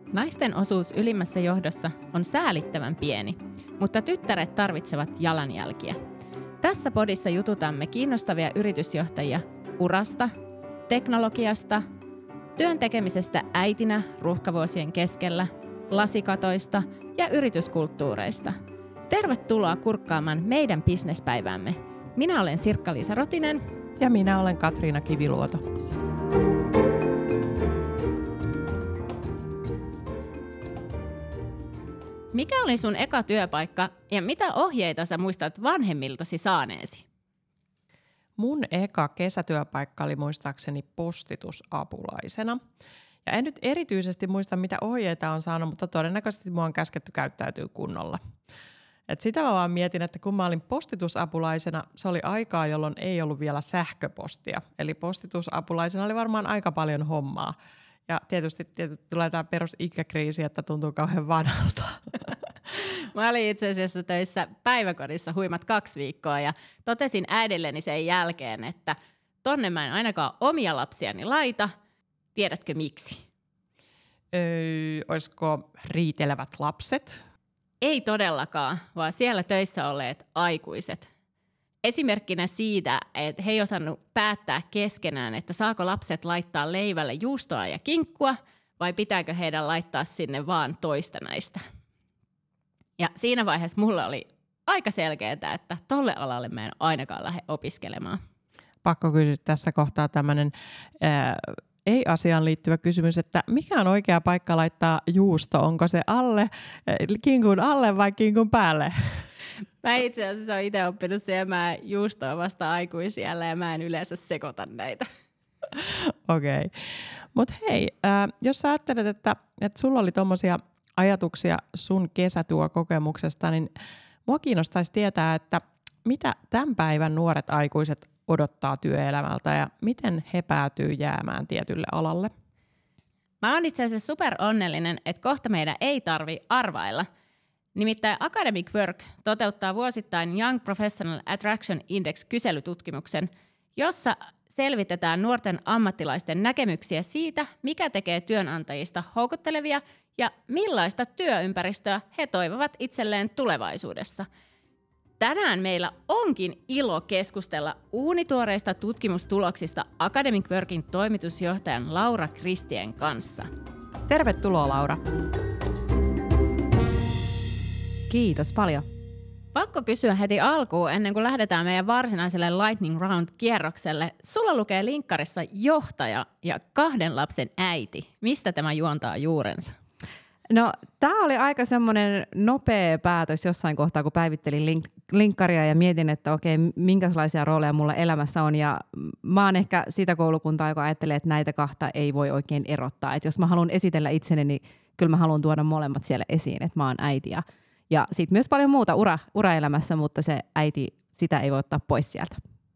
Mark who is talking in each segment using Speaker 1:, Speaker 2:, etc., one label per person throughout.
Speaker 1: Naisten osuus ylimmässä johdossa on säälittävän pieni, mutta tyttäret tarvitsevat jalanjälkiä. Tässä podissa jututamme kiinnostavia yritysjohtajia urasta, teknologiasta, työn tekemisestä äitinä ruuhkavuosien keskellä, lasikatoista ja yrityskulttuureista. Tervetuloa kurkkaamaan meidän bisnespäiväämme. Minä olen Sirkka-Liisa Rotinen.
Speaker 2: Ja minä olen Katriina Kiviluoto.
Speaker 1: Mikä oli sun eka työpaikka ja mitä ohjeita sä muistat vanhemmiltasi saaneesi?
Speaker 2: Mun eka kesätyöpaikka oli muistaakseni postitusapulaisena. Ja en nyt erityisesti muista, mitä ohjeita on saanut, mutta todennäköisesti mua on käsketty käyttäytyä kunnolla. Et sitä mä vaan mietin, että kun mä olin postitusapulaisena, se oli aikaa, jolloin ei ollut vielä sähköpostia. Eli postitusapulaisena oli varmaan aika paljon hommaa. Ja tietysti tulee tämä perusikäkriisi, että tuntuu kauhean vanhalta.
Speaker 1: Mä olin itse asiassa töissä päiväkodissa huimat 2 viikkoa ja totesin äidilleni sen jälkeen, että tonne mä en ainakaan omia lapsiani laita. Tiedätkö miksi?
Speaker 2: Olisiko riitelevät lapset?
Speaker 1: Ei todellakaan, vaan siellä töissä olleet aikuiset. Esimerkkinä siitä, että he ei osannut päättää keskenään, että saako lapset laittaa leivälle juustoa ja kinkkua vai pitääkö heidän laittaa sinne vaan toista näistä. Ja siinä vaiheessa mulla oli aika selkeää, että tolle alalle mä en ainakaan lähde opiskelemaan.
Speaker 2: Pakko kysyä tässä kohtaa tämmöinen ei-asiaan liittyvä kysymys, että mikä on oikea paikka laittaa juusto? Onko se kinkun alle vai kinkun päälle?
Speaker 1: Mä itse asiassa olen itse oppinut syömään juustoa vasta aikuisiällä ja mä en yleensä sekoita näitä.
Speaker 2: Okei. Mutta hei, jos sä ajattelet, että sulla oli tommosia ajatuksia sun kesätyökokemuksesta, niin mua kiinnostaisi tietää, että mitä tämän päivän nuoret aikuiset odottaa työelämältä ja miten he päätyy jäämään tietylle alalle?
Speaker 1: Mä oon itse asiassa super onnellinen, että kohta meidän ei tarvi arvailla. Nimittäin Academic Work toteuttaa vuosittain Young Professional Attraction Index-kyselytutkimuksen, jossa selvitetään nuorten ammattilaisten näkemyksiä siitä, mikä tekee työnantajista houkuttelevia ja millaista työympäristöä he toivovat itselleen tulevaisuudessa. Tänään meillä onkin ilo keskustella uunituoreista tutkimustuloksista Academic Workin toimitusjohtajan Laura Kristien kanssa.
Speaker 2: Tervetuloa, Laura.
Speaker 3: Kiitos paljon.
Speaker 1: Pakko kysyä heti alkuun, ennen kuin lähdetään meidän varsinaiselle Lightning Round-kierrokselle. Sulla lukee linkkarissa johtaja ja 2 lapsen äiti. Mistä tämä juontaa juurensa?
Speaker 3: No, tämä oli aika semmoinen nopea päätös jossain kohtaa, kun päivittelin linkkaria ja mietin, että okei, minkälaisia rooleja mulla elämässä on. Ja mä oon ehkä sitä koulukuntaa, joka ajattelee, että näitä 2 ei voi oikein erottaa. Että jos mä haluan esitellä itseni, niin kyllä mä haluan tuoda molemmat siellä esiin, että mä oon äiti ja sitten myös paljon muuta uraelämässä, mutta se äiti, sitä ei voi ottaa pois sieltä.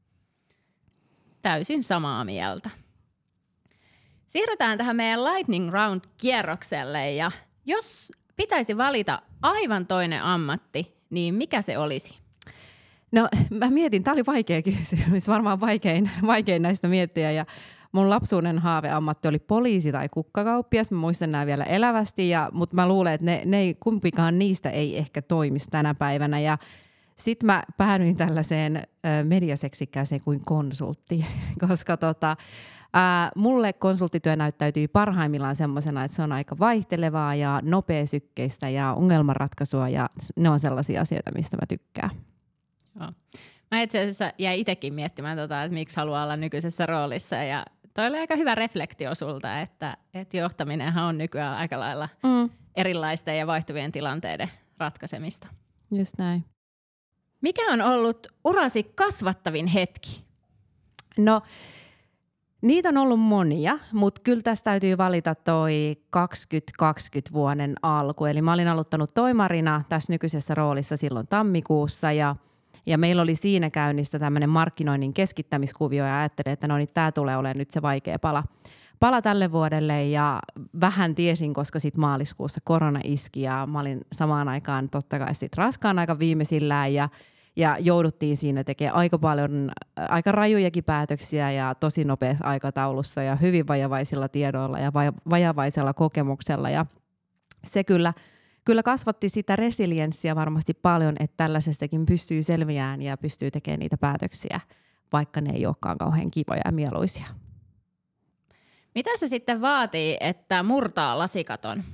Speaker 1: Täysin samaa mieltä. Siirrytään tähän meidän Lightning Round-kierrokselle ja jos pitäisi valita aivan toinen ammatti, niin mikä se olisi?
Speaker 3: No mä mietin, tämä oli vaikea kysymys, varmaan vaikein näistä miettiä ja mun lapsuuden haaveammatti oli poliisi tai kukkakauppias, mä muistan nämä vielä elävästi, mutta mä luulen, että kumpikaan niistä ei ehkä toimisi tänä päivänä ja sitten mä päädyin tällaiseen mediaseksikkääseen kuin konsultti, koska mulle konsulttityö näyttäytyy parhaimmillaan semmoisena, että se on aika vaihtelevaa ja nopeasykkeistä ja ongelmanratkaisua ja ne on sellaisia asioita, mistä mä tykkään.
Speaker 1: Joo. Mä itse asiassa jäin itsekin miettimään, että miksi haluaa olla nykyisessä roolissa ja toi oli aika hyvä reflektio sulta, että johtaminenhan on nykyään aika lailla erilaisten ja vaihtuvien tilanteiden ratkaisemista.
Speaker 3: Just näin.
Speaker 1: Mikä on ollut urasi kasvattavin hetki?
Speaker 3: No, niitä on ollut monia, mutta kyllä tästä täytyy valita toi 2020 vuoden alku. Eli mä olin aloittanut toimarina tässä nykyisessä roolissa silloin tammikuussa ja meillä oli siinä käynnissä tämmöinen markkinoinnin keskittämiskuvio ja ajattelin, että no niin, tämä tulee olemaan nyt se vaikea pala tälle vuodelle ja vähän tiesin, koska sitten maaliskuussa korona iski ja mä olin samaan aikaan totta kai sitten raskaan aika viimeisillään ja jouduttiin siinä tekemään aika paljon, aika rajujakin päätöksiä ja tosi nopeassa aikataulussa ja hyvin vajavaisilla tiedoilla ja vajavaisella kokemuksella. Ja se kyllä kasvatti sitä resilienssiä varmasti paljon, että tällaisestakin pystyy selviään ja pystyy tekemään niitä päätöksiä, vaikka ne ei olekaan kauhean kivoja ja mieluisia.
Speaker 1: Mitä se sitten vaatii, että murtaa lasikaton?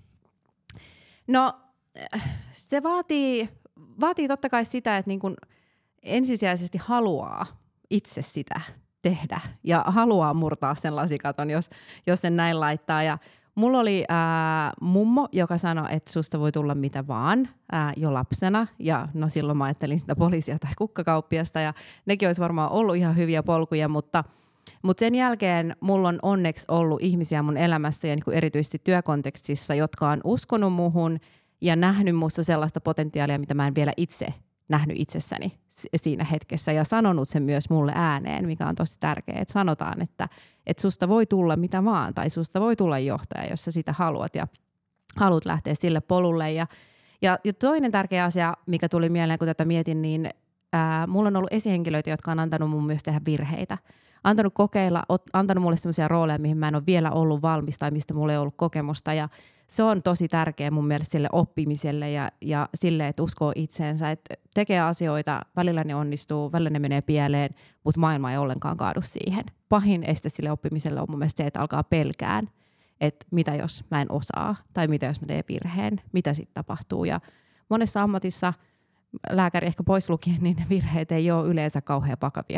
Speaker 3: No se vaatii totta kai sitä, että niin kun ensisijaisesti haluaa itse sitä tehdä ja haluaa murtaa sen lasikaton, jos sen näin laittaa. Ja mulla oli mummo, joka sanoi, että susta voi tulla mitä vaan jo lapsena. Ja no silloin mä ajattelin sitä poliisia tai kukkakauppiasta ja nekin olisi varmaan ollut ihan hyviä polkuja, mutta sen jälkeen mulla on onneksi ollut ihmisiä mun elämässä ja niin kuin erityisesti työkontekstissa, jotka on uskonut muhun ja nähnyt musta sellaista potentiaalia, mitä mä en vielä itse nähnyt itsessäni siinä hetkessä ja sanonut sen myös mulle ääneen, mikä on tosi tärkeää, että sanotaan, että susta voi tulla mitä vaan tai susta voi tulla johtaja, jos sä sitä haluat ja haluat lähteä sille polulle. Ja toinen tärkeä asia, mikä tuli mieleen, kun tätä mietin, niin mulla on ollut esihenkilöitä, jotka on antanut mun myös tehdä virheitä. Antanut kokeilla, antanut mulle sellaisia rooleja, mihin mä en ole vielä ollut valmis tai mistä mulla ei ollut kokemusta. Ja se on tosi tärkeä mun mielestä sille oppimiselle ja sille, että uskoo itseensä, että tekee asioita, välillä ne onnistuu, välillä ne menee pieleen, mutta maailma ei ollenkaan kaadu siihen. Pahin este sille oppimiselle on mun mielestä se, että alkaa pelkään, että mitä jos mä en osaa tai mitä jos mä teen virheen, mitä sitten tapahtuu. Ja monessa ammatissa, lääkäri ehkä pois lukien, niin ne virheet ei ole yleensä kauhean vakavia.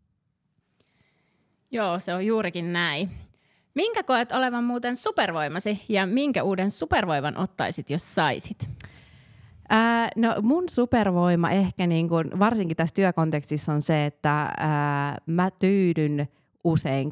Speaker 1: Joo, se on juurikin näin. Minkä koet olevan muuten supervoimasi ja minkä uuden supervoiman ottaisit, jos saisit?
Speaker 3: No mun supervoima ehkä niin kuin, varsinkin tässä työkontekstissa on se, että mä tyydyn usein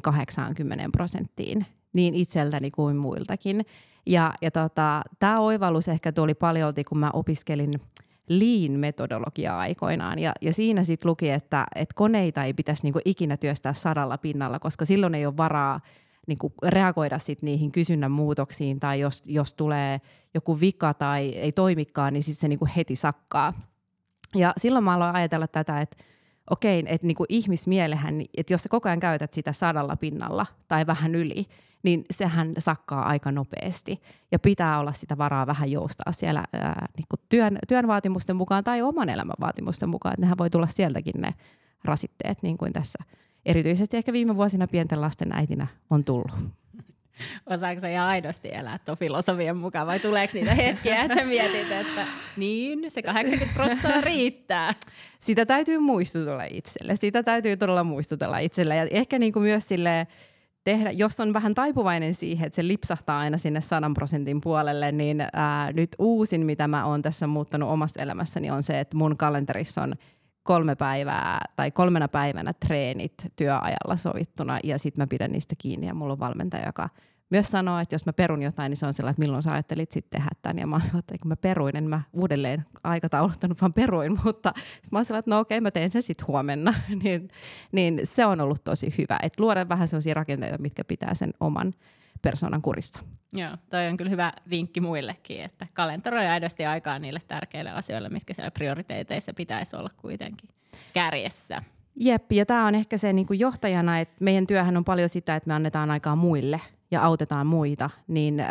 Speaker 3: 80% niin itseltäni kuin muiltakin. Ja tämä oivallus ehkä tuli paljolti, kun mä opiskelin Lean-metodologiaa aikoinaan. Ja siinä sitten luki, että koneita ei pitäisi niinku ikinä työstää 100%, koska silloin ei ole varaa niinku reagoida sit niihin kysynnän muutoksiin, tai jos tulee joku vika tai ei toimikaan, niin sitten se niinku heti sakkaa. Ja silloin mä aloin ajatella tätä, että okei, että niinku ihmismielehän, että jos sä koko ajan käytät sitä 100% tai vähän yli, niin sehän sakkaa aika nopeasti. Ja pitää olla sitä varaa vähän joustaa siellä niinku työn vaatimusten mukaan tai oman elämän vaatimusten mukaan. Että nehän voi tulla sieltäkin ne rasitteet, niin kuin tässä erityisesti ehkä viime vuosina pienten lasten äitinä on tullut.
Speaker 1: Osaatko sä ihan aidosti elää tuon filosofian mukaan vai tuleeko niitä hetkiä, että sä mietit, että niin, se 80% riittää?
Speaker 3: Sitä täytyy muistutella itselle. Sitä täytyy todella muistutella itselle. Ja ehkä niin kuin myös silleen, tehdä, jos on vähän taipuvainen siihen, että se lipsahtaa aina sinne 100% puolelle, niin nyt uusin, mitä mä oon tässä muuttanut omassa elämässäni, on se, että mun kalenterissa on 3 päivänä treenit työajalla sovittuna, ja sitten mä pidän niistä kiinni, ja mulla on valmentaja, joka myös sanoo, että jos mä perun jotain, niin se on sellainen, että milloin sä ajattelit sitten tehdä tämän, ja mä oon sellainen, että kun mä peruin, en mä uudelleen aikatauluttanut, vaan peruin, mutta mä oon sellainen, että no okei, mä teen sen sitten huomenna, niin se on ollut tosi hyvä, että luoda vähän sellaisia rakenteita, mitkä pitää sen oman persoonan kurissa.
Speaker 1: Joo, toi on kyllä hyvä vinkki muillekin, että kalenteroi aidosti aikaa niille tärkeille asioille, mitkä siellä prioriteeteissa pitäisi olla kuitenkin kärjessä.
Speaker 3: Jep, ja tämä on ehkä se niin kuin johtajana, että meidän työhän on paljon sitä, että me annetaan aikaa muille ja autetaan muita, niin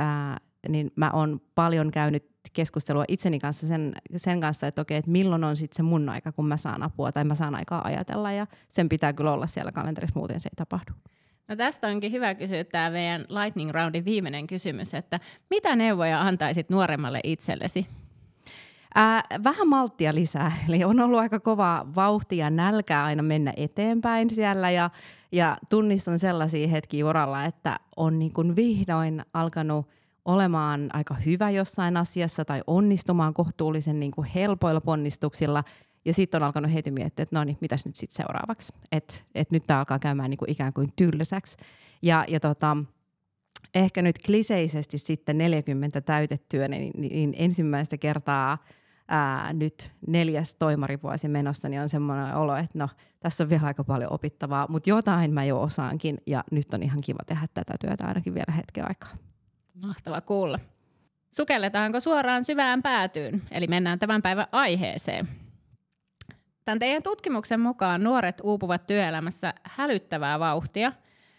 Speaker 3: mä oon paljon käynyt keskustelua itseni kanssa sen kanssa, että okei, että milloin on sitten se mun aika, kun mä saan apua tai mä saan aikaa ajatella, ja sen pitää kyllä olla siellä kalenterissa, muuten se ei tapahdu.
Speaker 1: No tästä onkin hyvä kysyä tämä meidän Lightning Roundin viimeinen kysymys, että mitä neuvoja antaisit nuoremmalle itsellesi?
Speaker 3: Vähän malttia lisää, eli on ollut aika kova vauhti ja nälkää aina mennä eteenpäin siellä, ja tunnistan sellaisia hetkiä uralla, että on niin kuin vihdoin alkanut olemaan aika hyvä jossain asiassa tai onnistumaan kohtuullisen niin kuin helpoilla ponnistuksilla, ja sitten on alkanut heti miettiä, että no niin, mitäs nyt sitten seuraavaksi, että nyt tämä alkaa käymään niin kuin ikään kuin tylsäksi. Ja ehkä nyt kliseisesti sitten 40 täytettyä, niin ensimmäistä kertaa nyt 4. toimarivuosi menossa, niin on semmoinen olo, että no, tässä on vielä aika paljon opittavaa, mutta jotain mä jo osaankin, ja nyt on ihan kiva tehdä tätä työtä ainakin vielä hetken aikaa.
Speaker 1: Mahtava kuulla. Sukelletaanko suoraan syvään päätyyn, eli mennään tämän päivän aiheeseen. Tämän teidän tutkimuksen mukaan nuoret uupuvat työelämässä hälyttävää vauhtia,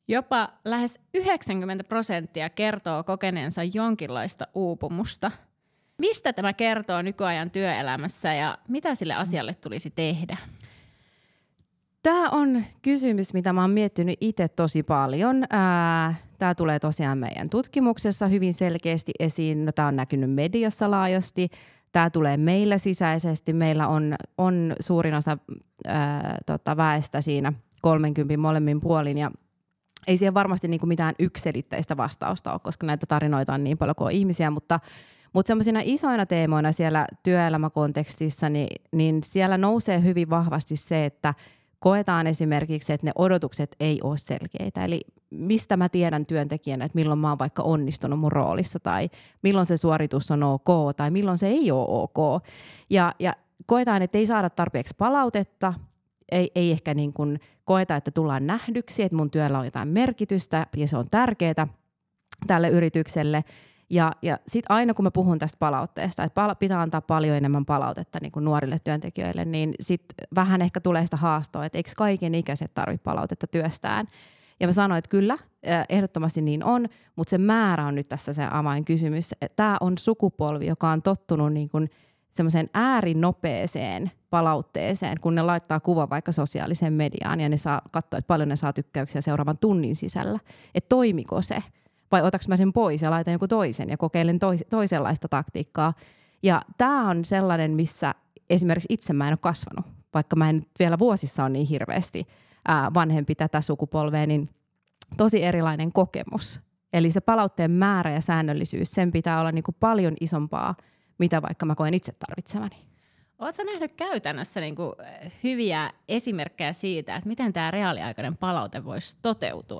Speaker 1: Jopa lähes 90% kertoo kokeneensa jonkinlaista uupumusta. Mistä tämä kertoo nykyajan työelämässä ja mitä sille asialle tulisi tehdä?
Speaker 3: Tämä on kysymys, mitä mä oon miettinyt itse tosi paljon. Tämä tulee tosiaan meidän tutkimuksessa hyvin selkeästi esiin. No, tämä on näkynyt mediassa laajasti. Tämä tulee meillä sisäisesti. Meillä on suurin osa väestä siinä 30 molemmin puolin. Ja ei siihen varmasti niin kuin mitään yksiselitteistä vastausta ole, koska näitä tarinoita on niin paljon kuin on ihmisiä. Mutta semmoisina isoina teemoina siellä työelämäkontekstissa, niin siellä nousee hyvin vahvasti se, että koetaan esimerkiksi, että ne odotukset ei ole selkeitä. Eli mistä mä tiedän työntekijänä, että milloin mä oon vaikka onnistunut mun roolissa tai milloin se suoritus on ok tai milloin se ei ole ok. Ja koetaan, että ei saada tarpeeksi palautetta, ei ehkä niin kuin koeta, että tullaan nähdyksi, että mun työllä on jotain merkitystä ja se on tärkeää tälle yritykselle. Ja sitten aina kun mä puhun tästä palautteesta, että pitää antaa paljon enemmän palautetta niin kuin nuorille työntekijöille, niin sitten vähän ehkä tulee sitä haastoa, että eikö kaiken ikäiset tarvitse palautetta työstään. Ja mä sanoin, että kyllä, ehdottomasti niin on, mutta se määrä on nyt tässä se avainkysymys. Tämä on sukupolvi, joka on tottunut niin kuin semmoiseen äärinopeeseen palautteeseen, kun ne laittaa kuvan vaikka sosiaaliseen mediaan ja ne saa katsoa, että paljon ne saa tykkäyksiä seuraavan tunnin sisällä. Että toimiko se? Vai otaks mä sen pois ja laitan joku toisen ja kokeilen toisenlaista taktiikkaa. Ja tämä on sellainen, missä esimerkiksi itse mä en ole kasvanut, vaikka mä en vielä vuosissa ole niin hirveästi vanhempi tätä sukupolvea, niin tosi erilainen kokemus. Eli se palautteen määrä ja säännöllisyys, sen pitää olla niin kuin paljon isompaa, mitä vaikka mä koen itse tarvitsemani.
Speaker 1: Oletko nähnyt käytännössä niin kuin hyviä esimerkkejä siitä, että miten tämä reaaliaikainen palaute voisi toteutua?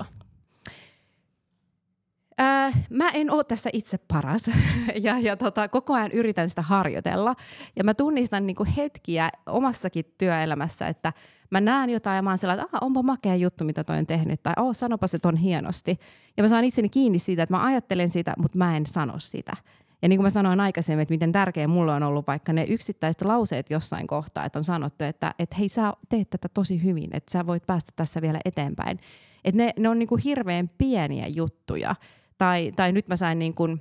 Speaker 3: Mä en ole tässä itse paras ja koko ajan yritän sitä harjoitella. Ja mä tunnistan niinku hetkiä omassakin työelämässä, että mä näen jotain ja mä oon sellainen, että onpa makea juttu, mitä toi on tehnyt, tai sanopa se ton hienosti. Ja mä saan itseni kiinni siitä, että mä ajattelen sitä, mutta mä en sano sitä. Ja niin kuin mä sanoin aikaisemmin, että miten tärkeä mulle on ollut vaikka ne yksittäiset lauseet jossain kohtaa, että on sanottu, että hei sä teet tätä tosi hyvin, että sä voit päästä tässä vielä eteenpäin. Että ne on niinku hirveän pieniä juttuja. Tai nyt mä sain niin kuin,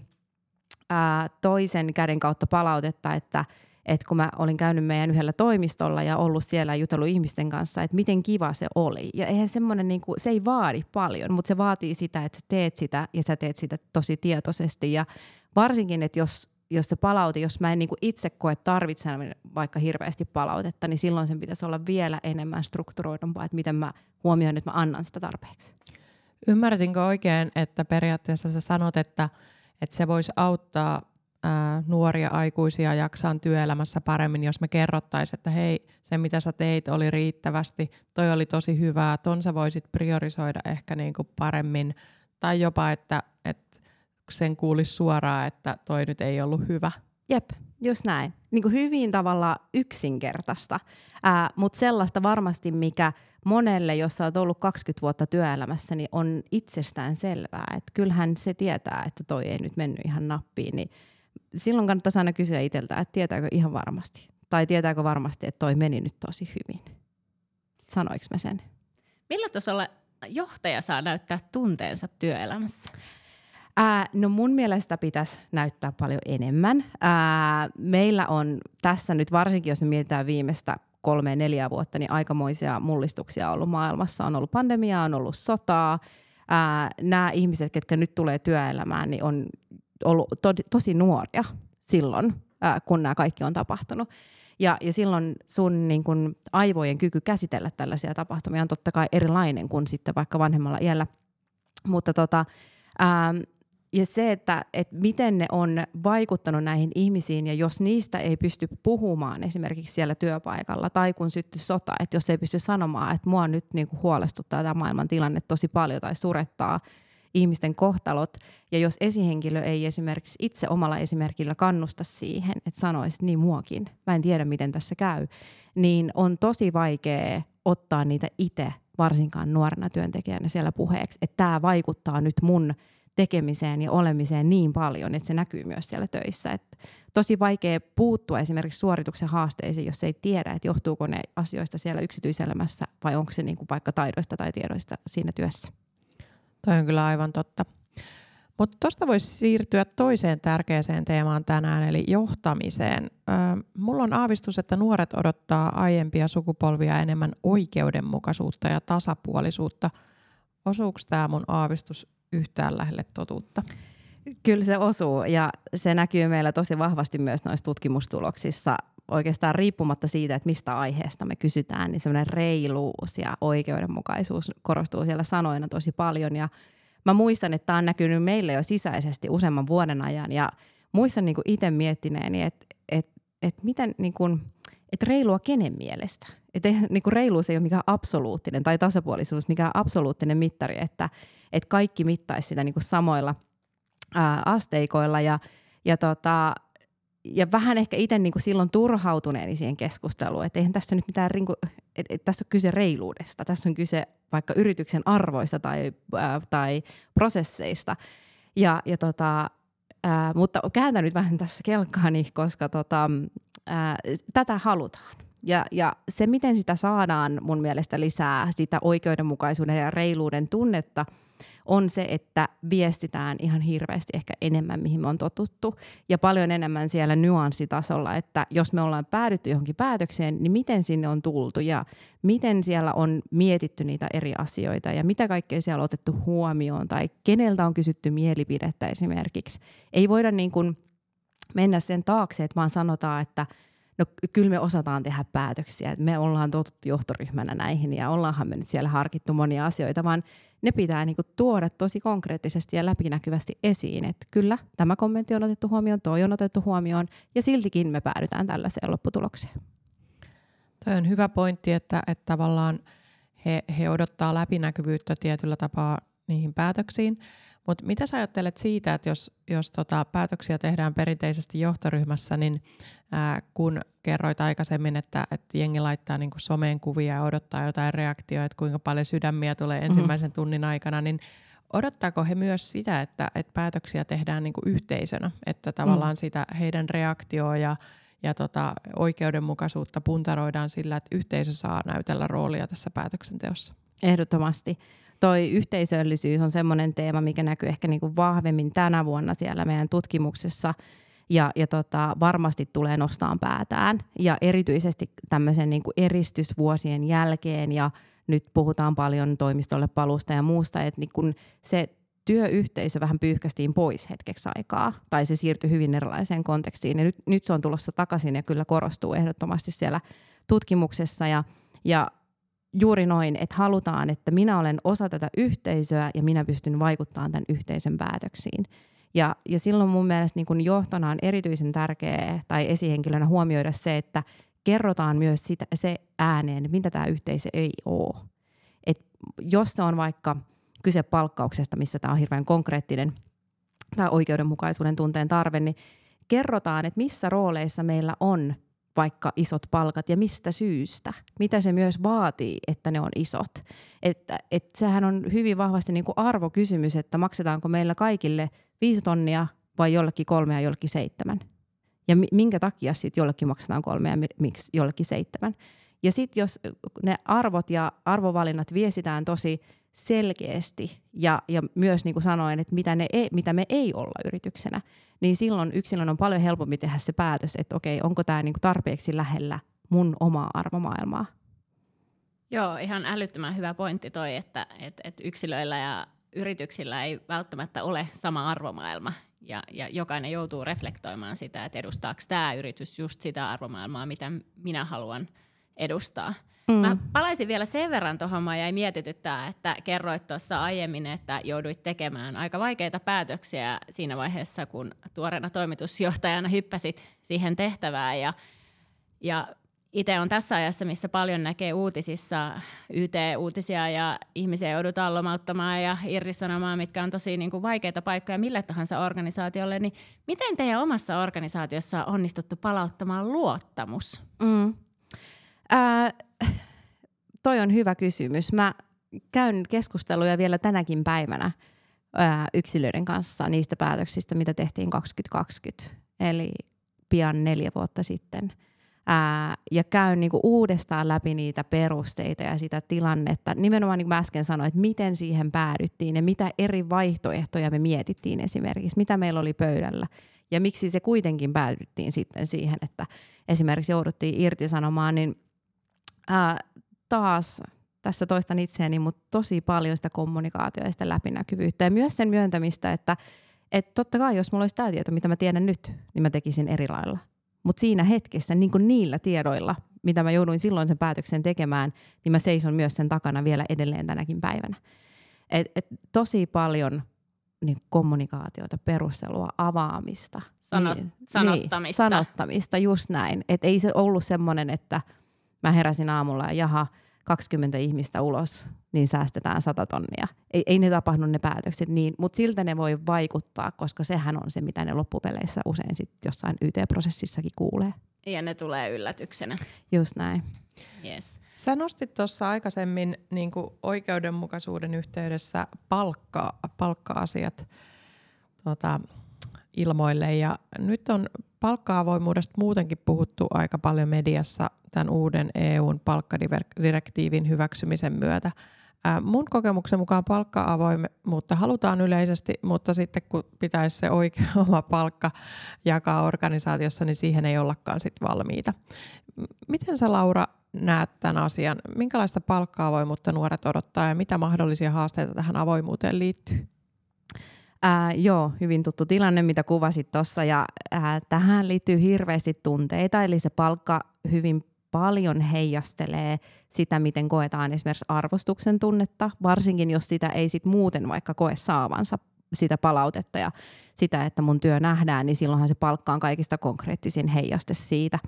Speaker 3: toisen käden kautta palautetta, että kun mä olin käynyt meidän yhdellä toimistolla ja ollut siellä ja jutellut ihmisten kanssa, että miten kiva se oli. Ja eihän semmoinen, niin kuin, se ei vaadi paljon, mutta se vaatii sitä, että sä teet sitä ja sä teet sitä tosi tietoisesti. Ja varsinkin, että jos se palaute, jos mä en niin kuin itse koe tarvitsen vaikka hirveästi palautetta, niin silloin sen pitäisi olla vielä enemmän strukturoidumpaa, että miten mä huomioin, että mä annan sitä tarpeeksi.
Speaker 2: Ymmärsinkö oikein, että periaatteessa sä sanot, että se voisi auttaa nuoria aikuisia jaksaan työelämässä paremmin, jos me kerrottaisiin, että hei, se mitä sä teit oli riittävästi, toi oli tosi hyvää, ton sä voisit priorisoida ehkä niin kuin paremmin, tai jopa, että sen kuulisi suoraan, että toi nyt ei ollut hyvä.
Speaker 3: Jep, just näin. Niin kuin hyvin tavalla yksinkertaista, mutta sellaista varmasti, mikä monelle, jos sä oot ollut 20 vuotta työelämässä, niin on itsestään selvää, että kyllähän se tietää, että toi ei nyt mennyt ihan nappiin, niin silloin kannattaisi aina kysyä itseltä, että tietääkö ihan varmasti, tai tietääkö varmasti, että toi meni nyt tosi hyvin. Sanoinko mä sen?
Speaker 1: Millä tasolla johtaja saa näyttää tunteensa työelämässä?
Speaker 3: No mun mielestä pitäisi näyttää paljon enemmän. Meillä on tässä nyt, varsinkin jos me mietitään viimeistä 3-4 vuotta, niin aikamoisia mullistuksia on ollut maailmassa. On ollut pandemiaa, on ollut sotaa. Nämä ihmiset, ketkä nyt tulee työelämään, niin on ollut tosi nuoria silloin, kun nämä kaikki on tapahtunut. Ja silloin sun niin kun, aivojen kyky käsitellä tällaisia tapahtumia on totta kai erilainen kuin sitten vaikka vanhemmalla iällä. Mutta ja se, että miten ne on vaikuttanut näihin ihmisiin ja jos niistä ei pysty puhumaan esimerkiksi siellä työpaikalla tai kun syttyi sota, että jos ei pysty sanomaan, että mua nyt niin kuin huolestuttaa tämä maailman tilanne tosi paljon tai surettaa ihmisten kohtalot ja jos esihenkilö ei esimerkiksi itse omalla esimerkillä kannusta siihen, että sanoisi, että niin muakin, mä en tiedä miten tässä käy, niin on tosi vaikea ottaa niitä itse varsinkaan nuorena työntekijänä siellä puheeksi, että tämä vaikuttaa nyt mun tekemiseen ja olemiseen niin paljon, että se näkyy myös siellä töissä. Et tosi vaikea puuttua esimerkiksi suorituksen haasteisiin, jos ei tiedä, että johtuuko ne asioista siellä yksityiselämässä vai onko se niin kuin vaikka taidoista tai tiedoista siinä työssä.
Speaker 2: Toi on kyllä aivan totta. Mutta tuosta voisi siirtyä toiseen tärkeäseen teemaan tänään, eli johtamiseen. Mulla on aavistus, että nuoret odottaa aiempia sukupolvia enemmän oikeudenmukaisuutta ja tasapuolisuutta. Osuuko tämä mun aavistus yhtään lähelle totuutta?
Speaker 3: Kyllä se osuu ja se näkyy meillä tosi vahvasti myös noissa tutkimustuloksissa. Oikeastaan riippumatta siitä, että mistä aiheesta me kysytään, niin semmoinen reiluus ja oikeudenmukaisuus korostuu siellä sanoina tosi paljon. Ja mä muistan, että tämä on näkynyt meille jo sisäisesti useamman vuoden ajan ja muistan niin kuin itse miettineeni, että miten niin kuin, että reilua kenen mielestä. Että niin kuin reiluus ei ole mikään absoluuttinen tai tasapuolisuus mikään absoluuttinen mittari, että kaikki mittaisi sitä niin kuin samoilla asteikoilla ja vähän ehkä itse niin kuin silloin turhautuneeni siihen keskusteluun, että eihän tässä nyt mitään, että tässä on kyse reiluudesta, tässä on kyse vaikka yrityksen arvoista tai prosesseista. Mutta kääntän nyt vähän tässä kelkkaani, koska tätä halutaan. Ja se, miten sitä saadaan mun mielestä lisää sitä oikeudenmukaisuuden ja reiluuden tunnetta, on se, että viestitään ihan hirveästi ehkä enemmän, mihin me on totuttu. Ja paljon enemmän siellä nyanssitasolla, että jos me ollaan päädytty johonkin päätökseen, niin miten sinne on tultu ja miten siellä on mietitty niitä eri asioita ja mitä kaikkea siellä on otettu huomioon tai keneltä on kysytty mielipidettä esimerkiksi. Ei voida niin kuin mennä sen taakse, että vaan sanotaan, että no kyllä me osataan tehdä päätöksiä, että me ollaan totuttu johtoryhmänä näihin ja ollaanhan me nyt siellä harkittu monia asioita, vaan ne pitää niinku tuoda tosi konkreettisesti ja läpinäkyvästi esiin, että kyllä tämä kommentti on otettu huomioon, toi on otettu huomioon ja siltikin me päädytään tällaiseen lopputulokseen.
Speaker 2: Toi on hyvä pointti, että tavallaan he odottaa läpinäkyvyyttä tietyllä tapaa niihin päätöksiin. Mutta mitä sä ajattelet siitä, että jos päätöksiä tehdään perinteisesti johtoryhmässä, niin kun kerroit aikaisemmin, että jengi laittaa niinku someen kuvia ja odottaa jotain reaktioita, että kuinka paljon sydämiä tulee ensimmäisen tunnin aikana, niin odottaako he myös sitä, että päätöksiä tehdään niinku yhteisönä, että tavallaan sitä heidän reaktioa ja oikeudenmukaisuutta puntaroidaan sillä, että yhteisö saa näytellä roolia tässä päätöksenteossa?
Speaker 3: Ehdottomasti. Toi yhteisöllisyys on semmoinen teema, mikä näkyy ehkä niinku vahvemmin tänä vuonna siellä meidän tutkimuksessa ja varmasti tulee nostaan päätään. Ja erityisesti tämmöisen niinku eristysvuosien jälkeen ja nyt puhutaan paljon toimistolle paluusta ja muusta, että niinku se työyhteisö vähän pyyhkästiin pois hetkeksi aikaa tai se siirtyi hyvin erilaiseen kontekstiin. Ja nyt se on tulossa takaisin ja kyllä korostuu ehdottomasti siellä tutkimuksessa ja juuri noin, että halutaan, että minä olen osa tätä yhteisöä ja minä pystyn vaikuttamaan tämän yhteisön päätöksiin. Ja silloin mun mielestä niin kun johtona on erityisen tärkeää tai esihenkilönä huomioida se, että kerrotaan myös se ääneen, mitä tämä yhteisö ei ole. Et jos se on vaikka kyse palkkauksesta, missä tämä on hirveän konkreettinen tämä oikeudenmukaisuuden tunteen tarve, niin kerrotaan, että missä rooleissa meillä on vaikka isot palkat ja mistä syystä, mitä se myös vaatii, että ne on isot. Että sehän on hyvin vahvasti niin kuin arvokysymys, että maksetaanko meillä kaikille 5 tonnia vai jollekin 3 ja jollekin 7. Ja minkä takia sitten jollekin maksetaan 3 ja miksi jollekin 7. Ja sitten jos ne arvot ja arvovalinnat viestitään tosi selkeästi ja myös niin kuin sanoin, että mitä me ei olla yrityksenä, niin silloin yksilön on paljon helpompi tehdä se päätös, että okei, onko tämä niin kuin tarpeeksi lähellä mun omaa arvomaailmaa.
Speaker 1: Joo, ihan älyttömän hyvä pointti toi, että yksilöillä ja yrityksillä ei välttämättä ole sama arvomaailma ja jokainen joutuu reflektoimaan sitä, että edustaako tämä yritys just sitä arvomaailmaa, mitä minä haluan edustaa. Mä palaisin vielä sen verran tuohon, mä jäi mietityttää, että kerroit tuossa aiemmin, että jouduit tekemään aika vaikeita päätöksiä siinä vaiheessa, kun tuoreena toimitusjohtajana hyppäsit siihen tehtävään. Ja itse on tässä ajassa, missä paljon näkee uutisissa YT-uutisia ja ihmisiä joudutaan lomauttamaan ja irtisanomaan, mitkä on tosi niin kuin vaikeita paikkoja mille tahansa organisaatiolle. Niin miten teidän omassa organisaatiossa on onnistuttu palauttamaan luottamus?
Speaker 3: Toi on hyvä kysymys. Mä käyn keskusteluja vielä tänäkin päivänä yksilöiden kanssa niistä päätöksistä, mitä tehtiin 2020, eli pian 4 vuotta sitten. ja käyn niin kuin uudestaan läpi niitä perusteita ja sitä tilannetta. Nimenomaan niin kuin mä äsken sanoin, että miten siihen päädyttiin ja mitä eri vaihtoehtoja me mietittiin esimerkiksi, mitä meillä oli pöydällä ja miksi se kuitenkin päädyttiin sitten siihen, että esimerkiksi jouduttiin irtisanomaan, niin taas tässä toistan itseäni, mutta tosi paljon sitä kommunikaatiota ja sitä läpinäkyvyyttä ja myös sen myöntämistä, että totta kai jos mulla olisi tämä tieto, mitä mä tiedän nyt, niin mä tekisin eri lailla. Mutta siinä hetkessä, niin kuin niillä tiedoilla, mitä mä jouduin silloin sen päätöksen tekemään, niin mä seison myös sen takana vielä edelleen tänäkin päivänä. Tosi paljon niin kommunikaatiota, perustelua, avaamista.
Speaker 1: Sanottamista.
Speaker 3: Sanottamista, just näin. Et ei se ollut semmoinen, että mä heräsin aamulla ja jaha, 20 ihmistä ulos, niin säästetään 100 tonnia. Ei ne tapahdu ne päätökset niin, mutta siltä ne voi vaikuttaa, koska sehän on se, mitä ne loppupeleissä usein sit jossain YT-prosessissakin kuulee.
Speaker 1: Ja ne tulee yllätyksenä.
Speaker 3: Just näin.
Speaker 1: Yes.
Speaker 2: Sä nostit tuossa aikaisemmin niin kuin oikeudenmukaisuuden yhteydessä palkka-asiat ilmoille ja nyt on palkka-avoimuudesta muutenkin puhuttu aika paljon mediassa tämän uuden EUn palkkadirektiivin hyväksymisen myötä. Mun kokemuksen mukaan palkka-avoimuutta halutaan yleisesti, mutta sitten kun pitäisi se oikea oma palkka jakaa organisaatiossa, niin siihen ei ollakaan sit valmiita. Miten sä, Laura, näet tämän asian? Minkälaista palkka-avoimuutta nuoret odottaa ja mitä mahdollisia haasteita tähän avoimuuteen liittyy?
Speaker 3: Joo, hyvin tuttu tilanne, mitä kuvasit tuossa, ja tähän liittyy hirveästi tunteita, eli se palkka hyvin paljon heijastelee sitä, miten koetaan esimerkiksi arvostuksen tunnetta, varsinkin jos sitä ei sit muuten vaikka koe saavansa sitä palautetta ja sitä, että mun työ nähdään, niin silloinhan se palkka on kaikista konkreettisin heijaste siitä.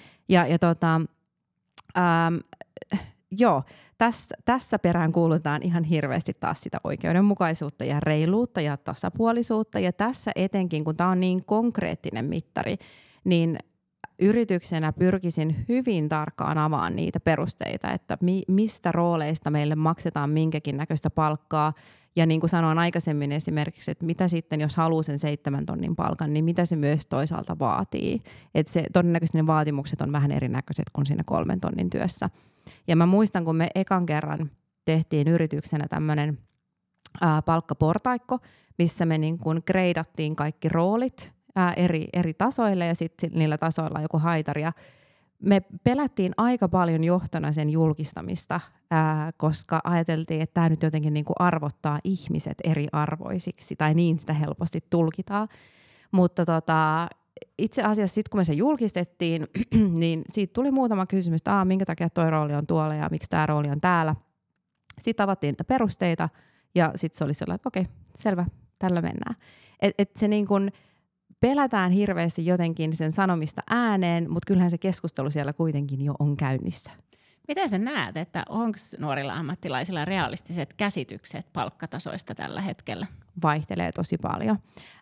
Speaker 3: Joo, tässä perään kuulutaan ihan hirveästi taas sitä oikeudenmukaisuutta ja reiluutta ja tasapuolisuutta. Ja tässä etenkin, kun tämä on niin konkreettinen mittari, niin yrityksenä pyrkisin hyvin tarkkaan avaamaan niitä perusteita, että mistä rooleista meille maksetaan minkäkin näköistä palkkaa. Ja niin kuin sanoin aikaisemmin esimerkiksi, että mitä sitten, jos haluaa sen 7 tonnin palkan, niin mitä se myös toisaalta vaatii. Että se, todennäköisesti ne vaatimukset on vähän erinäköiset kuin siinä 3 tonnin työssä. Ja mä muistan, kun me ekan kerran tehtiin yrityksenä tämmöinen palkkaportaikko, missä me niin kuin greidattiin kaikki roolit eri tasoille ja sitten niillä tasoilla joku haitari. Ja me pelättiin aika paljon johtona sen julkistamista, koska ajateltiin, että tämä nyt jotenkin niin kuin arvottaa ihmiset eri arvoisiksi tai niin sitä helposti tulkitaan. Mutta itse asiassa sitten kun me se julkistettiin, niin siitä tuli muutama kysymys, että minkä takia toi rooli on tuolla ja miksi tämä rooli on täällä. Sitten avattiin niitä perusteita ja sitten se oli sellainen, että okei, selvä, tällä mennään. Et se niin kuin pelätään hirveästi jotenkin sen sanomista ääneen, mutta kyllähän se keskustelu siellä kuitenkin jo on käynnissä.
Speaker 1: Miten sä näet, että onko nuorilla ammattilaisilla realistiset käsitykset palkkatasoista tällä hetkellä?
Speaker 3: Vaihtelee tosi paljon.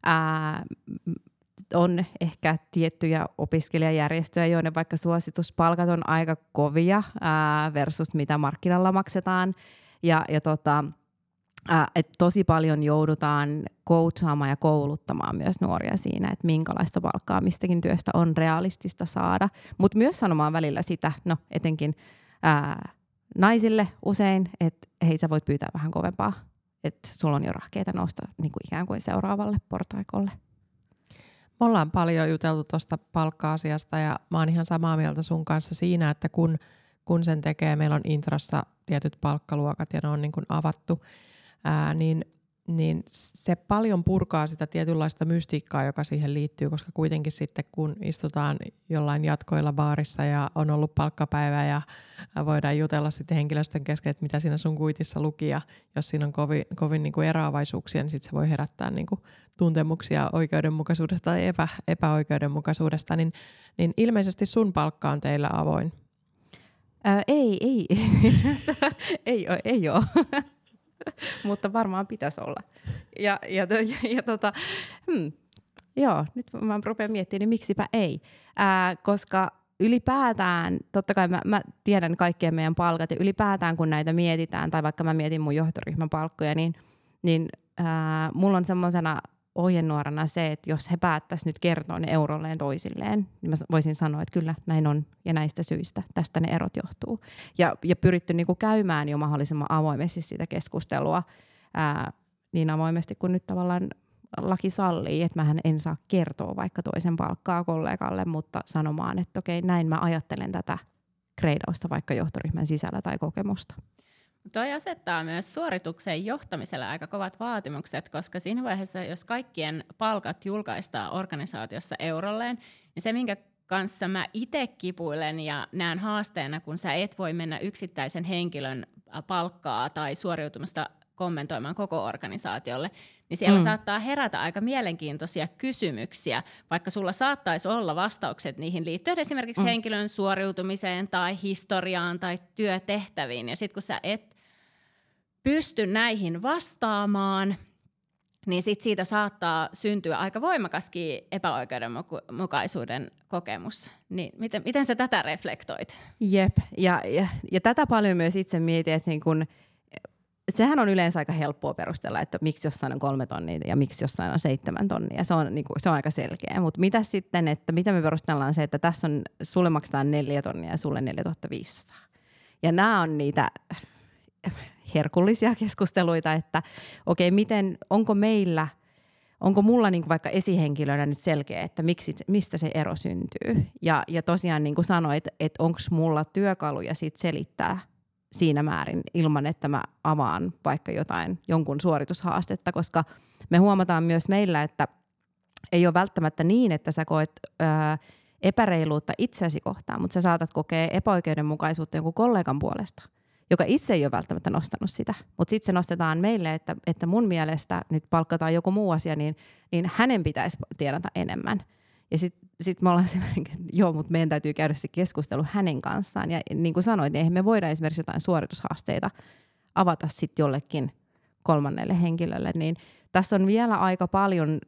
Speaker 3: On ehkä tiettyjä opiskelijajärjestöjä, joiden vaikka suosituspalkat on aika kovia versus mitä markkinalla maksetaan. Et tosi paljon joudutaan coachaamaan ja kouluttamaan myös nuoria siinä, että minkälaista palkkaa mistäkin työstä on realistista saada. Mutta myös sanomaan välillä sitä, etenkin naisille usein, että hei, sä voit pyytää vähän kovempaa, että sulla on jo rahkeita nousta niin kuin ikään kuin seuraavalle portaikolle.
Speaker 2: Me ollaan paljon juteltu tuosta palkka-asiasta ja mä oon ihan samaa mieltä sun kanssa siinä, että kun sen tekee, meillä on Intrassa tietyt palkkaluokat ja ne on niin kuin avattu, niin se paljon purkaa sitä tietynlaista mystiikkaa, joka siihen liittyy, koska kuitenkin sitten kun istutaan jollain jatkoilla baarissa ja on ollut palkkapäivä ja voidaan jutella sitten henkilöstön kesken, että mitä siinä sun kuitissa luki ja jos siinä on kovin niin kuin eroavaisuuksia, niin sitten se voi herättää niin kuin tuntemuksia oikeudenmukaisuudesta tai epäoikeudenmukaisuudesta, niin ilmeisesti sun palkka on teillä avoin.
Speaker 3: Ei. ei ole. Mutta varmaan pitäisi olla. Joo, nyt mä rupean miettimään, niin miksipä ei. Koska ylipäätään, totta kai mä tiedän kaikkien meidän palkat, ja ylipäätään kun näitä mietitään, tai vaikka mä mietin mun johtoryhmän palkkoja, niin mulla on semmoisena ohjenuorana se, että jos he päättäisivät nyt kertoa ne eurolleen toisilleen, niin mä voisin sanoa, että kyllä näin on ja näistä syistä tästä ne erot johtuu. Ja pyritty niin kuin käymään jo mahdollisimman avoimesti sitä keskustelua niin avoimesti kuin nyt tavallaan laki sallii, että mähän en saa kertoa vaikka toisen palkkaa kollegalle, mutta sanomaan, että okei, näin mä ajattelen tätä kreidausta vaikka johtoryhmän sisällä tai kokemusta.
Speaker 1: Toi asettaa myös suorituksen johtamiselle aika kovat vaatimukset, koska siinä vaiheessa, jos kaikkien palkat julkaistaan organisaatiossa eurolleen, niin se, minkä kanssa mä itse kipuilen ja näen haasteena, kun sä et voi mennä yksittäisen henkilön palkkaa tai suoriutumista kommentoimaan koko organisaatiolle, niin siellä saattaa herätä aika mielenkiintoisia kysymyksiä, vaikka sulla saattaisi olla vastaukset niihin liittyen esimerkiksi henkilön suoriutumiseen tai historiaan tai työtehtäviin, ja sitten kun sä et pysty näihin vastaamaan, niin sit siitä saattaa syntyä aika voimakaskin epäoikeudenmukaisuuden kokemus. Niin miten sä tätä reflektoit?
Speaker 3: Jep, ja tätä paljon myös itse mietin, että niin kun, sehän on yleensä aika helppoa perustella, että miksi jossain on 3 tonnia ja miksi jossain on 7 tonnia. Se on aika selkeä. Mutta mitä sitten, että mitä me perustellaan se, että tässä on, sulle maksetaan 4 tonnia ja sulle 4500. Ja nämä on niitä herkullisia keskusteluita, että okei, onko mulla niin kuin vaikka esihenkilönä nyt selkeä, että mistä se ero syntyy. Ja tosiaan niin kuin sanoit, että onko mulla työkaluja sit selittää siinä määrin ilman, että mä avaan vaikka jonkun suoritushaastetta, koska me huomataan myös meillä, että ei ole välttämättä niin, että sä koet epäreiluutta itsesi kohtaan, mutta sä saatat kokea epäoikeudenmukaisuutta jonkun kollegan puolesta, joka itse ei ole välttämättä nostanut sitä. Mutta sitten se nostetaan meille, että mun mielestä nyt palkataan joku muu asia, niin hänen pitäisi tienata enemmän. Ja sitten me ollaan sellainen, että joo, mutta meidän täytyy käydä se keskustelu hänen kanssaan. Ja niin kuin sanoit, niin eihän me voida esimerkiksi jotain suoritushaasteita avata sitten jollekin kolmannelle henkilölle. Niin tässä on vielä aika paljon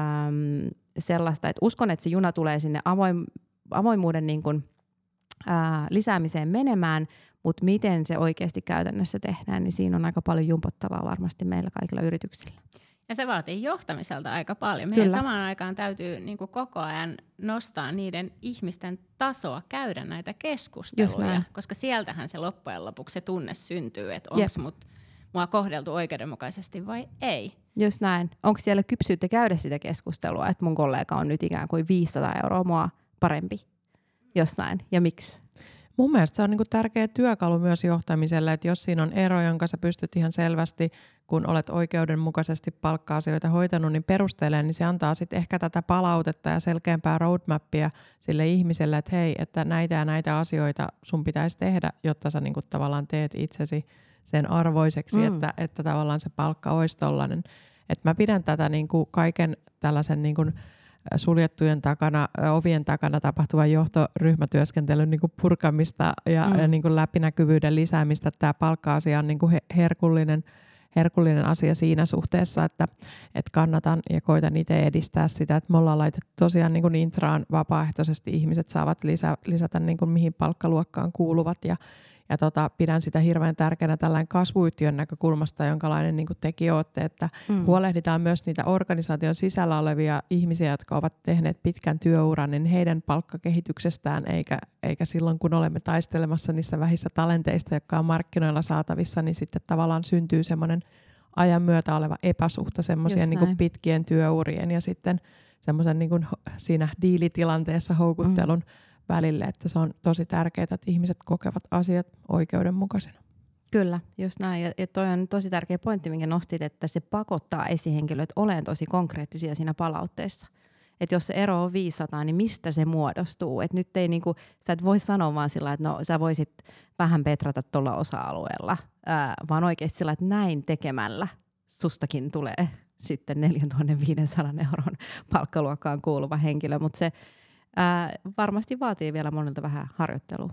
Speaker 3: sellaista, että uskon, että se juna tulee sinne avoimuuden niin kuin, lisäämiseen menemään, mutta miten se oikeasti käytännössä tehdään, niin siinä on aika paljon jumpottavaa varmasti meillä kaikilla yrityksillä.
Speaker 1: Ja se vaatii johtamiselta aika paljon. Meidän samaan aikaan täytyy niin kuin koko ajan nostaa niiden ihmisten tasoa, käydä näitä keskusteluja, koska sieltähän se loppujen lopuksi se tunne syntyy, että onko mua kohdeltu oikeudenmukaisesti vai ei.
Speaker 3: Just näin. Onko siellä kypsyyttä käydä sitä keskustelua, että mun kollega on nyt ikään kuin 500 € mua parempi jossain, ja miksi?
Speaker 2: Mun mielestä se on niinku tärkeä työkalu myös johtamiselle, että jos siinä on ero, jonka sä pystyt ihan selvästi, kun olet oikeudenmukaisesti palkka-asioita hoitanut, niin perustelemaan, niin se antaa sitten ehkä tätä palautetta ja selkeämpää roadmappia sille ihmiselle, että hei, että näitä ja näitä asioita sun pitäisi tehdä, jotta sä niinku tavallaan teet itsesi sen arvoiseksi, että tavallaan se palkka olisi tollainen. Että mä pidän tätä niinku kaiken tällaisen niinku suljettujen takana, ovien takana tapahtuvan johtoryhmätyöskentelyn niin kuin purkamista ja niin kuin läpinäkyvyyden lisäämistä. Tämä palkka-asia on niin kuin herkullinen asia siinä suhteessa, että kannatan ja koitan itse edistää sitä, että me ollaan laitettu tosiaan niin kuin intraan vapaaehtoisesti ihmiset saavat lisätä niin kuin mihin palkkaluokkaan kuuluvat ja pidän sitä hirveän tärkeänä tällainen kasvuyhtiön näkökulmasta, jonkalainen niin kuin tekin olette, että huolehditaan myös niitä organisaation sisällä olevia ihmisiä, jotka ovat tehneet pitkän työuran, niin heidän palkkakehityksestään, eikä silloin kun olemme taistelemassa niissä vähissä talenteista, jotka on markkinoilla saatavissa, niin sitten tavallaan syntyy semmoinen ajan myötä oleva epäsuhta semmoisien niin kuin pitkien työurien ja sitten semmoisen niin kuin siinä diilitilanteessa houkuttelun välille, että se on tosi tärkeää, että ihmiset kokevat asiat oikeudenmukaisena.
Speaker 3: Kyllä, just näin. Ja toi on tosi tärkeä pointti, minkä nostit, että se pakottaa esihenkilöt olemaan tosi konkreettisia siinä palautteessa. Että jos se ero on 500, niin mistä se muodostuu? Että nyt ei niinku, sä et voi sanoa vaan sillä, että no sä voisit vähän petrata tuolla osa-alueella, vaan oikeasti sillä, että näin tekemällä sustakin tulee sitten 4500 € palkkaluokkaan kuuluva henkilö, mutta se varmasti vaatii vielä monilta vähän harjoittelua.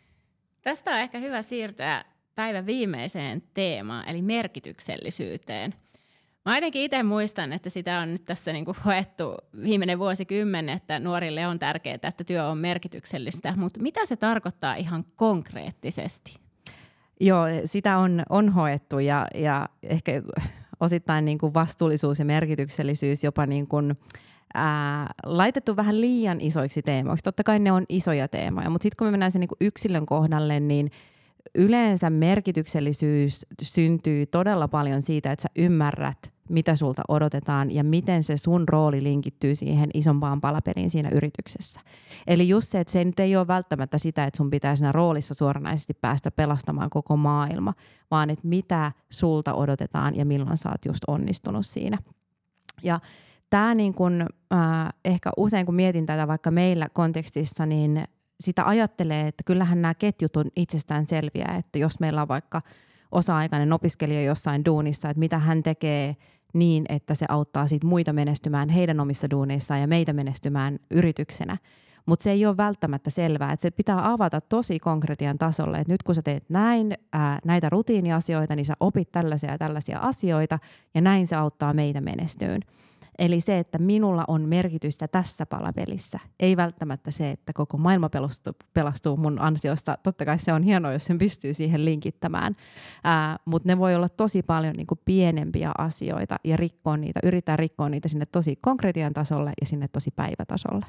Speaker 1: Tästä on ehkä hyvä siirtyä päivän viimeiseen teemaan, eli merkityksellisyyteen. Mä ainakin itse muistan, että sitä on nyt tässä niinku hoettu viimeinen vuosikymmen, että nuorille on tärkeää, että työ on merkityksellistä, mutta mitä se tarkoittaa ihan konkreettisesti?
Speaker 3: Joo, sitä on hoettu ja ehkä osittain niin kuin vastuullisuus ja merkityksellisyys jopa niin kuin, laitettu vähän liian isoiksi teemoiksi. Totta kai ne on isoja teemoja, mutta sitten kun me mennään sen niin kuin yksilön kohdalle, niin yleensä merkityksellisyys syntyy todella paljon siitä, että sä ymmärrät, mitä sulta odotetaan ja miten se sun rooli linkittyy siihen isompaan palapeliin siinä yrityksessä. Eli just se, että se nyt ei ole välttämättä sitä, että sun pitää siinä roolissa suoranaisesti päästä pelastamaan koko maailma, vaan että mitä sulta odotetaan ja milloin sä oot just onnistunut siinä. Ja tämä niin kun, ehkä usein kun mietin tätä vaikka meillä kontekstissa, niin sitä ajattelee, että kyllähän nämä ketjut on itsestään selviä, että jos meillä on vaikka osa-aikainen opiskelija jossain duunissa, että mitä hän tekee niin, että se auttaa sit muita menestymään heidän omissa duuneissaan ja meitä menestymään yrityksenä. Mutta se ei ole välttämättä selvää, että se pitää avata tosi konkretian tasolle, että nyt kun sä teet näitä rutiiniasioita, niin sä opit tällaisia ja tällaisia asioita ja näin se auttaa meitä menestyyn. Eli se, että minulla on merkitystä tässä palapelissä, ei välttämättä se, että koko maailma pelastuu mun ansiosta. Totta kai se on hienoa, jos sen pystyy siihen linkittämään, mutta ne voi olla tosi paljon niin kuin pienempiä asioita ja yrittää rikkoa niitä sinne tosi konkretian tasolle ja sinne tosi päivätasolle.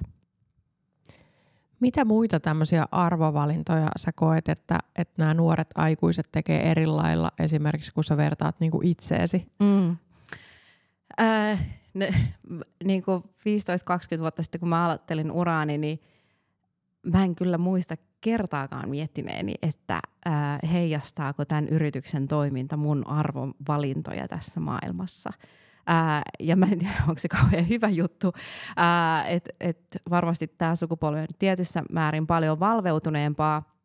Speaker 2: Mitä muita tämmöisiä arvovalintoja sä koet, että nämä nuoret aikuiset tekee eri lailla, esimerkiksi kun sä vertaat niin kuin itseesi?
Speaker 3: Niin kuin 15-20 vuotta sitten, kun mä aloittelin uraani, niin mä en kyllä muista kertaakaan miettineeni, että heijastaako tämän yrityksen toiminta mun arvovalintoja tässä maailmassa. Ja mä en tiedä, onko se kauhean hyvä juttu, että varmasti tämä sukupolvi on tietyssä määrin paljon valveutuneempaa.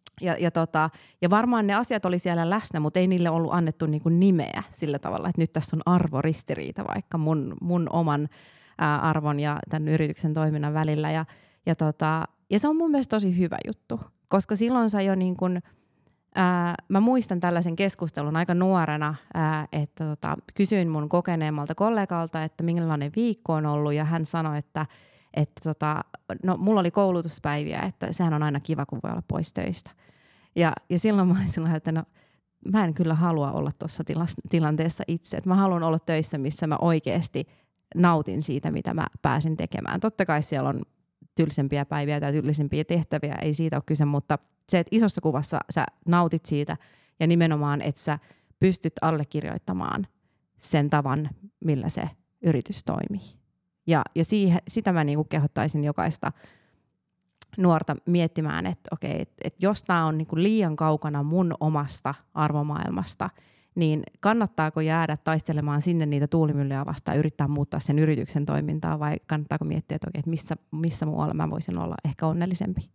Speaker 3: Ja varmaan ne asiat oli siellä läsnä, mutta ei niille ollut annettu niinku nimeä sillä tavalla, että nyt tässä on arvoristiriita vaikka mun oman arvon ja tämän yrityksen toiminnan välillä. Ja se on mun mielestä tosi hyvä juttu, koska silloin sä jo niin kun, mä muistan tällaisen keskustelun aika nuorena, että kysyin mun kokeneemmalta kollegalta, että minkälainen viikko on ollut, ja hän sanoi, että no mulla oli koulutuspäiviä, että sehän on aina kiva, kun voi olla pois töistä. Ja silloin mä olin sellainen, että no mä en kyllä halua olla tuossa tilanteessa itse. Että mä haluan olla töissä, missä mä oikeasti nautin siitä, mitä mä pääsin tekemään. Totta kai siellä on tylsempiä päiviä tai tylsempiä tehtäviä, ei siitä ole kyse, mutta se, että isossa kuvassa sä nautit siitä ja nimenomaan, että sä pystyt allekirjoittamaan sen tavan, millä se yritys toimii. Ja sitä mä niinku kehottaisin jokaista nuorta miettimään, että okei, että jos tämä on niinku liian kaukana mun omasta arvomaailmasta, niin kannattaako jäädä taistelemaan sinne niitä tuulimyllyjä vastaan, yrittää muuttaa sen yrityksen toimintaa, vai kannattaako miettiä, että okei, että missä muualla mä voisin olla ehkä onnellisempi?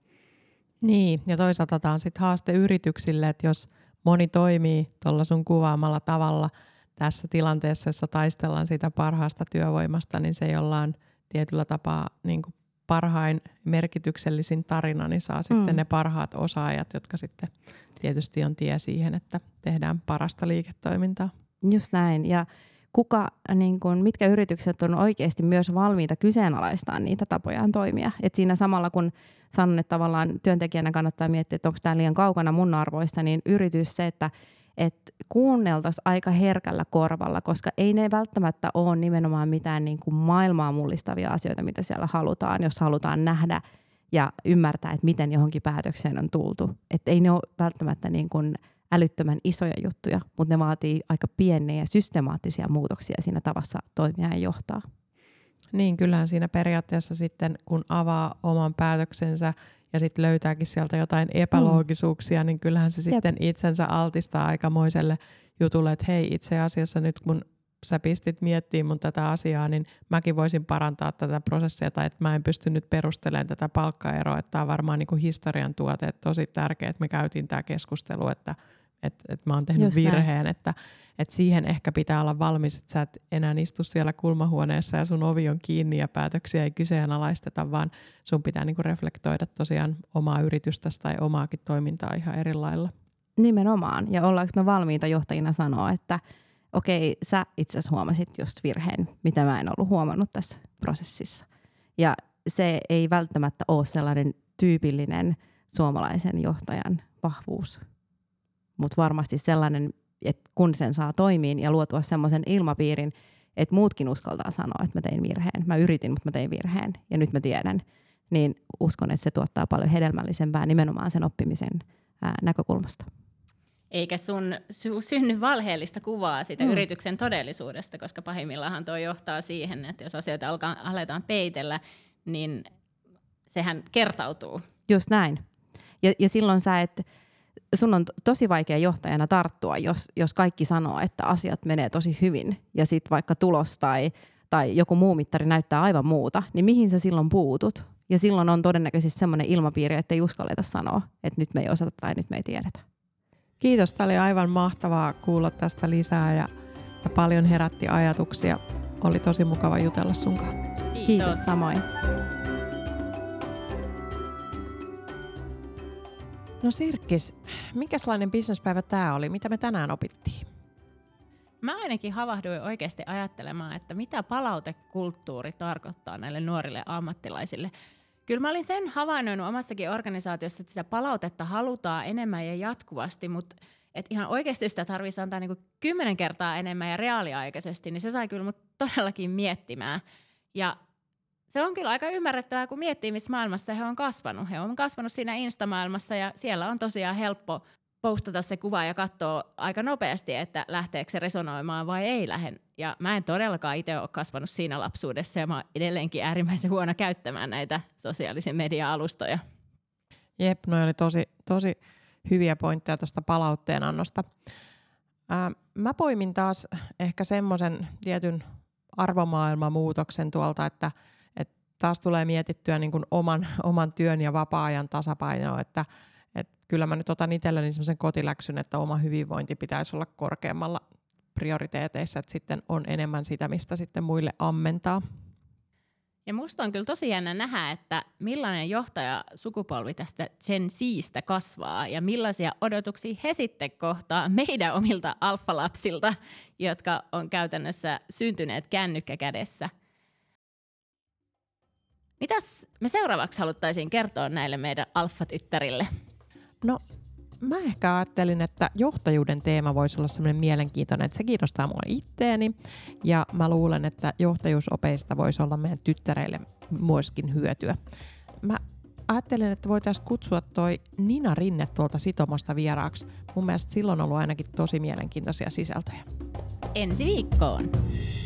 Speaker 2: Niin, ja toisaalta tämä on sitten haaste yrityksille, että jos moni toimii tuolla sun kuvaamalla tavalla tässä tilanteessa, jossa taistellaan siitä parhaasta työvoimasta, niin se, jolla on tietyllä tapaa niin kuin parhain merkityksellisin tarina, niin saa sitten ne parhaat osaajat, jotka sitten tietysti on tie siihen, että tehdään parasta liiketoimintaa.
Speaker 3: Just näin. Ja mitkä yritykset on oikeasti myös valmiita kyseenalaistamaan niitä tapojaan toimia. Et siinä samalla kun sanon, että tavallaan työntekijänä kannattaa miettiä, että onko tämä liian kaukana mun arvoista, niin yritys se, että kuunneltaisiin aika herkällä korvalla, koska ei ne välttämättä ole nimenomaan mitään niin kuin maailmaa mullistavia asioita, mitä siellä halutaan, jos halutaan nähdä ja ymmärtää, että miten johonkin päätökseen on tultu. Että ei ne ole välttämättä niin kuin älyttömän isoja juttuja, mutta ne vaatii aika pieniä ja systemaattisia muutoksia siinä tavassa toimia ja johtaa.
Speaker 2: Niin, kyllähän siinä periaatteessa sitten, kun avaa oman päätöksensä ja sitten löytääkin sieltä jotain epäloogisuuksia, niin kyllähän se sitten itsensä altistaa aikamoiselle jutulle, että hei, itse asiassa nyt kun sä pistit miettimään mun tätä asiaa, niin mäkin voisin parantaa tätä prosessia, tai että mä en pysty nyt perustelemaan tätä palkkaeroa, että tämä on varmaan niin kuin historian tuote, että tosi tärkeää, että me käytiin tämä keskustelu, että mä oon tehnyt virheen, että siihen ehkä pitää olla valmis, että sä et enää istu siellä kulmahuoneessa ja sun ovi on kiinni ja päätöksiä ei kyseenalaisteta, vaan sun pitää niinku reflektoida tosiaan omaa yritystäsi tai omaakin toimintaa ihan eri lailla.
Speaker 3: Nimenomaan. Ja ollaanko me valmiita johtajina sanoa, että okei, sä itse asiassa huomasit just virheen, mitä mä en ollut huomannut tässä prosessissa. Ja se ei välttämättä ole sellainen tyypillinen suomalaisen johtajan vahvuus, mutta varmasti sellainen, kun sen saa toimiin ja luotua semmoisen ilmapiirin, että muutkin uskaltaa sanoa, että mä tein virheen. Mä yritin, mutta mä tein virheen ja nyt mä tiedän. Niin uskon, että se tuottaa paljon hedelmällisempää nimenomaan sen oppimisen näkökulmasta.
Speaker 1: Eikä sun synny valheellista kuvaa siitä yrityksen todellisuudesta, koska pahimmillaan tuo johtaa siihen, että jos asioita aletaan peitellä, niin sehän kertautuu.
Speaker 3: Just näin. Ja silloin sun on tosi vaikea johtajana tarttua, jos kaikki sanoo, että asiat menee tosi hyvin ja sitten vaikka tulos tai joku muu mittari näyttää aivan muuta, niin mihin sä silloin puutut? Ja silloin on todennäköisesti semmoinen ilmapiiri, että ei uskalleta sanoa, että nyt me ei osata tai nyt me ei tiedetä.
Speaker 2: Kiitos, tämä oli aivan mahtavaa kuulla tästä lisää ja paljon herätti ajatuksia. Oli tosi mukava jutella sunkaan.
Speaker 3: Kiitos samoin.
Speaker 2: No Sirkkis, minkälainen bisnespäivä tämä oli? Mitä me tänään opittiin?
Speaker 1: Mä ainakin havahduin oikeasti ajattelemaan, että mitä palautekulttuuri tarkoittaa näille nuorille ammattilaisille. Kyllä mä olin sen havainnoinut omassakin organisaatiossa, että sitä palautetta halutaan enemmän ja jatkuvasti, mutta et ihan oikeasti sitä tarvitsisi antaa niin 10 kertaa enemmän ja reaaliaikaisesti, niin se sai kyllä mut todellakin miettimään. Ja se on kyllä aika ymmärrettävää, kun miettii, missä maailmassa he on kasvanut. He on kasvanut siinä Insta-maailmassa ja siellä on tosiaan helppo postata se kuva ja katsoa aika nopeasti, että lähteekö se resonoimaan vai ei lähde. Ja mä en todellakaan itse ole kasvanut siinä lapsuudessa ja mä oon edelleenkin äärimmäisen huono käyttämään näitä sosiaalisen media-alustoja.
Speaker 2: Jep, noi oli tosi hyviä pointteja tuosta palautteen annosta. Mä poimin taas ehkä semmoisen tietyn arvomaailmamuutoksen tuolta, että taas tulee mietittyä niin kuin oman työn ja vapaa-ajan tasapainoa, että kyllä mä nyt otan itselleni semmoisen kotiläksyn, että oma hyvinvointi pitäisi olla korkeammalla prioriteeteissa, että sitten on enemmän sitä, mistä sitten muille ammentaa.
Speaker 1: Ja musta on kyllä tosi jännä nähdä, että millainen johtajasukupolvi tästä Gen Z:stä kasvaa ja millaisia odotuksia he sitten kohtaa meidän omilta alfalapsilta, jotka on käytännössä syntyneet kännykkä kädessä. Mitäs me seuraavaksi haluttaisiin kertoa näille meidän alfatyttärille?
Speaker 2: No, mä ehkä ajattelin, että johtajuuden teema voisi olla sellainen mielenkiintoinen, että se kiinnostaa mua itteeni. Ja mä luulen, että johtajuusopeista voisi olla meidän tyttäreille myöskin hyötyä. Mä ajattelin, että voitaisiin kutsua toi Nina Rinne tuolta Sitomasta vieraaksi. Mun mielestä silloin on ollut ainakin tosi mielenkiintoisia sisältöjä.
Speaker 1: Ensi viikkoon!